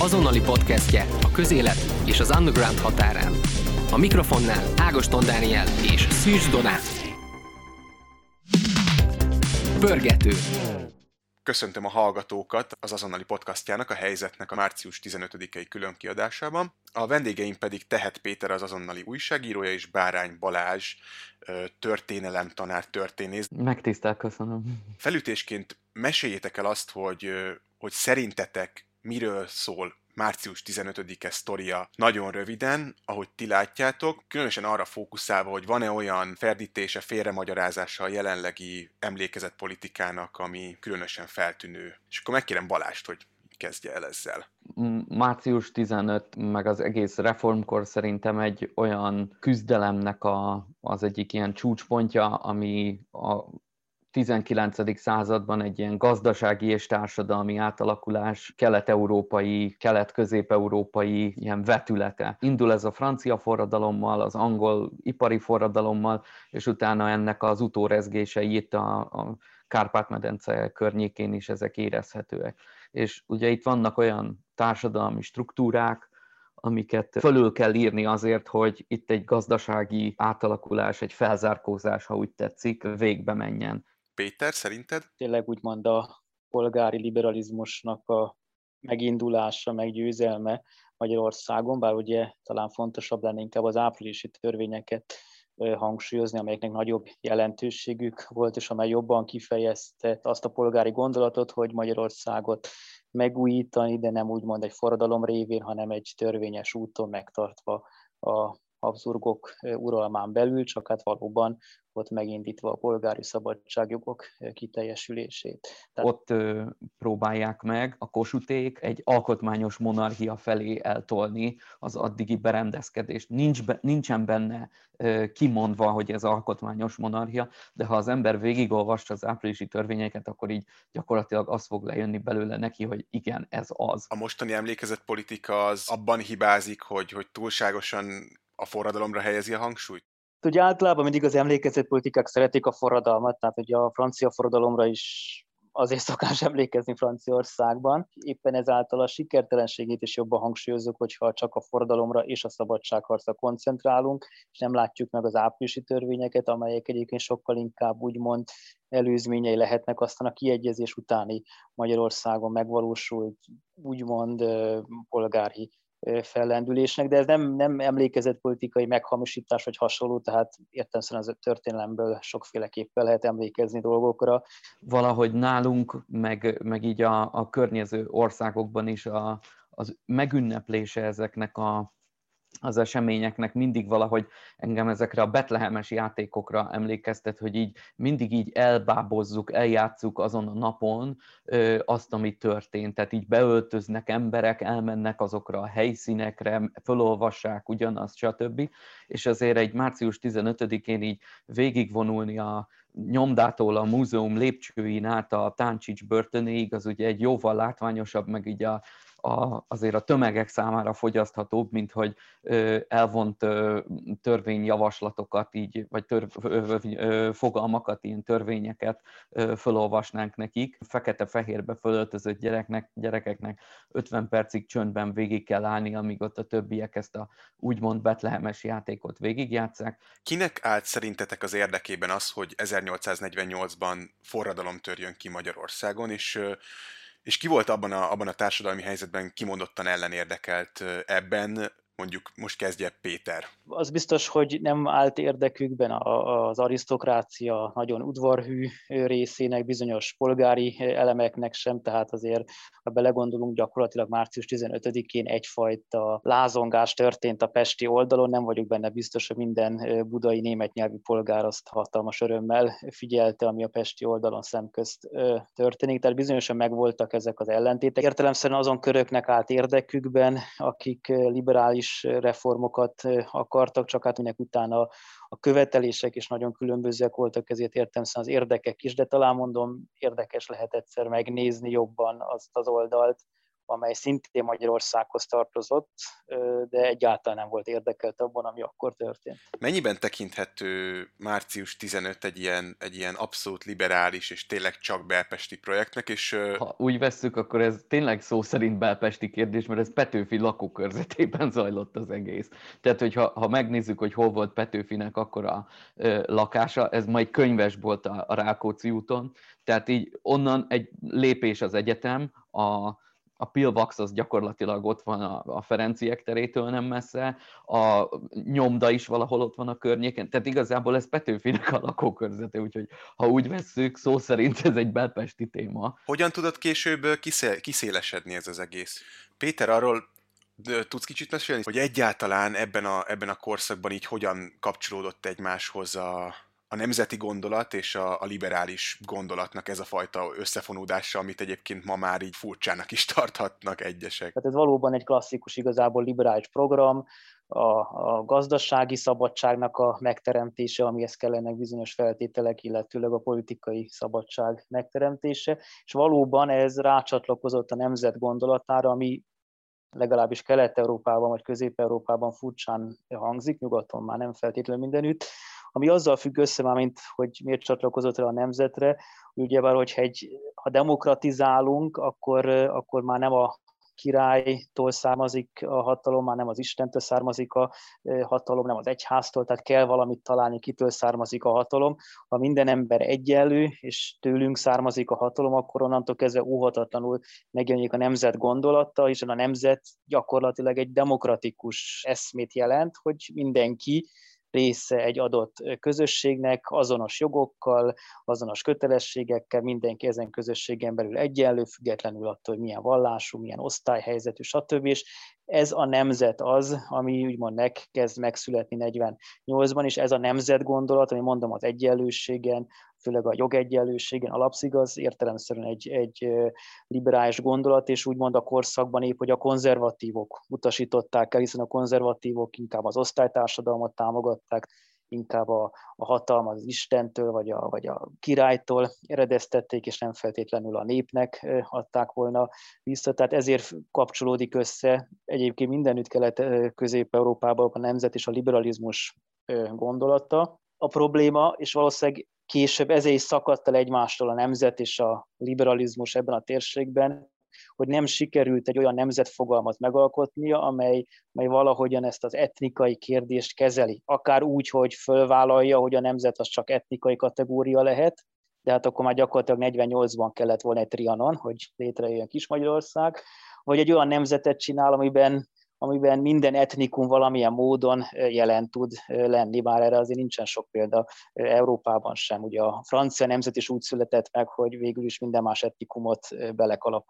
azonnali podcastje a közélet és az underground határán. A mikrofonnál Ágoston Dániel és Szűcs Donát. Pörgető. Köszöntöm a hallgatókat az azonnali podcastjának, a Helyzetnek a március 15-i különkiadásában. A vendégeim pedig Tehet Péter, az azonnali újságírója, és Bárány Balázs, történelemtanár, történész. Megtisztelt, köszönöm. Felütésként meséljétek el azt, hogy szerintetek miről szól március 15-e sztoria nagyon röviden, ahogy ti látjátok, különösen arra fókuszálva, hogy van-e olyan ferdítése, félremagyarázása a jelenlegi emlékezetpolitikának, ami különösen feltűnő. És akkor megkérem Balást, hogy kezdje el ezzel. Március 15, meg az egész reformkor szerintem egy olyan küzdelemnek az egyik ilyen csúcspontja, ami a 19. században egy ilyen gazdasági és társadalmi átalakulás kelet-európai, kelet-közép-európai ilyen vetülete. Indul ez a francia forradalommal, az angol ipari forradalommal, és utána ennek az utórezgései itt a Kárpát-medence környékén is ezek érezhetőek. És ugye itt vannak olyan társadalmi struktúrák, amiket fölül kell írni azért, hogy itt egy gazdasági átalakulás, egy felzárkózás, ha úgy tetszik, végbe menjen. Péter, szerinted? Tényleg úgymond a polgári liberalizmusnak a megindulása, meggyőzelme Magyarországon, bár ugye talán fontosabb lenne inkább az áprilisi törvényeket hangsúlyozni, amelyeknek nagyobb jelentőségük volt, és amely jobban kifejezte azt a polgári gondolatot, hogy Magyarországot megújítani, de nem úgymond egy forradalom révén, hanem egy törvényes úton megtartva a Habsburgok uralmán belül, csak hát valóban ott megindítva a polgári szabadságjogok kiteljesülését. Ott próbálják meg a Kossuthék egy alkotmányos monarchia felé eltolni az addigi berendezkedést. Nincsen benne kimondva, hogy ez alkotmányos monarchia, de ha az ember végigolvasta az áprilisi törvényeket, akkor így gyakorlatilag az fog lejönni belőle neki, hogy igen, ez az. A mostani emlékezetpolitika az abban hibázik, hogy túlságosan a forradalomra helyezi a hangsúlyt? Ugye általában mindig az emlékezetpolitikák szeretik a forradalmat, tehát ugye a francia forradalomra is azért szokás emlékezni Franciaországban. Éppen ezáltal a sikertelenségét is jobban hangsúlyozzuk, hogyha csak a forradalomra és a szabadságharcra koncentrálunk, és nem látjuk meg az áprilisi törvényeket, amelyek egyébként sokkal inkább úgymond előzményei lehetnek aztán a kiegyezés utáni Magyarországon megvalósult úgymond polgári fellendülésnek, de ez nem emlékezetpolitikai meghamisítás vagy hasonló, tehát értelemszerűen az történelemből sokféleképpen lehet emlékezni dolgokra. Valahogy nálunk, meg így a környező országokban is az megünneplése ezeknek az eseményeknek mindig valahogy engem ezekre a betlehemes játékokra emlékeztet, hogy így mindig így elbábozzuk, eljátszuk azon a napon azt, ami történt. Tehát így beöltöznek emberek, elmennek azokra a helyszínekre, fölolvassák ugyanazt, stb. És azért egy március 15-én így végigvonulni a nyomdától a múzeum lépcsőin át a Táncsics börtönéig, az ugye egy jóval látványosabb, meg így azért a tömegek számára fogyaszthatóbb, mint hogy elvont törvényjavaslatokat, így, vagy fogalmakat, ilyen törvényeket fölolvasnánk nekik. Fekete-fehérbe fölöltözött gyerekeknek 50 percig csöndben végig kell állni, amíg ott a többiek ezt a úgymond betlehemes játékot végigjátsszák. Kinek állt szerintetek az érdekében az, hogy 1848-ban forradalom törjön ki Magyarországon, és ki volt abban a társadalmi helyzetben kimondottan ellenérdekelt ebben? Mondjuk most kezdje Péter. Az biztos, hogy nem állt érdekükben az arisztokrácia nagyon udvarhű részének, bizonyos polgári elemeknek sem, tehát azért, ha belegondolunk, gyakorlatilag március 15-én egyfajta lázongás történt a pesti oldalon, nem vagyok benne biztos, hogy minden budai német nyelvű polgár azt hatalmas örömmel figyelte, ami a pesti oldalon szemközt történik, tehát bizonyosan megvoltak ezek az ellentétek. Értelemszerűen azon köröknek állt érdekükben, akik liberális reformokat akartak, csak hát minek utána a követelések is nagyon különbözőek voltak, ezért értelemszerűen az érdekek is, de talán mondom, érdekes lehet egyszer megnézni jobban azt az oldalt, amely szintén Magyarországhoz tartozott, de egyáltalán nem volt érdekelt abban, ami akkor történt. Mennyiben tekinthető március 15 egy ilyen abszolút liberális és tényleg csak belpesti projektnek, és... Ha úgy vesszük, akkor ez tényleg szó szerint belpesti kérdés, mert ez Petőfi lakókörzetében zajlott az egész. Tehát, hogyha megnézzük, hogy hol volt Petőfinek akkor a lakása, ez majd könyves volt a Rákóczi úton, tehát így onnan egy lépés az egyetem, a Pillvax az gyakorlatilag ott van a Ferenciek terétől nem messze, a nyomda is valahol ott van a környéken, tehát igazából ez Petőfinek a lakókörzete, úgyhogy ha úgy vesszük, szó szerint ez egy belpesti téma. Hogyan tudott később kiszélesedni ez az egész? Péter, arról tudsz kicsit mesélni, hogy egyáltalán ebben a korszakban így hogyan kapcsolódott egymáshoz a nemzeti gondolat és a liberális gondolatnak ez a fajta összefonódása, amit egyébként ma már így furcsának is tarthatnak egyesek. Tehát ez valóban egy klasszikus, igazából liberális program, a gazdasági szabadságnak a megteremtése, amihez kellenek bizonyos feltételek, illetőleg a politikai szabadság megteremtése, és valóban ez rácsatlakozott a nemzet gondolatára, ami legalábbis Kelet-Európában vagy Közép-Európában furcsán hangzik, nyugaton már nem feltétlenül mindenütt, ami azzal függ össze már, mint hogy miért csatlakozott rá a nemzetre, ugyebár, hogyha ha demokratizálunk, akkor már nem a királytól származik a hatalom, már nem az Istentől származik a hatalom, nem az egyháztól, tehát kell valamit találni, kitől származik a hatalom. Ha minden ember egyenlő, és tőlünk származik a hatalom, akkor onnantól kezdve óhatatlanul megjelenik a nemzet gondolata, és a nemzet gyakorlatilag egy demokratikus eszmét jelent, hogy mindenki része egy adott közösségnek, azonos jogokkal, azonos kötelességekkel, mindenki ezen közösségen belül egyenlő, függetlenül attól, hogy milyen vallású, milyen osztályhelyzetű, stb. És ez a nemzet az, ami úgymond kezd megszületni 48-ban, és ez a nemzet gondolat, ami mondom az egyenlőségen, főleg a jogegyenlőségen alapszik, az értelemszerűen egy liberális gondolat, és úgymond a korszakban épp, hogy a konzervatívok utasították el, hiszen a konzervatívok inkább az osztálytársadalmat támogatták, inkább a hatalmat az Istentől vagy a királytól eredeztették, és nem feltétlenül a népnek adták volna vissza. Tehát ezért kapcsolódik össze egyébként mindenütt Kelet-Közép-Európában a nemzet és a liberalizmus gondolata. A probléma, és valószínűleg később ezért is szakadt el egymástól a nemzet és a liberalizmus ebben a térségben, hogy nem sikerült egy olyan nemzetfogalmat megalkotnia, amely valahogyan ezt az etnikai kérdést kezeli. Akár úgy, hogy fölvállalja, hogy a nemzet az csak etnikai kategória lehet, de hát akkor már gyakorlatilag 48-ban kellett volna egy Trianon, hogy létrejöjjön Kis-Magyarország, vagy egy olyan nemzetet csinál, amiben minden etnikum valamilyen módon jelen tud lenni, bár erre azért nincsen sok példa Európában sem. Ugye a francia nemzet is úgy született meg, hogy végül is minden más etnikumot belekalap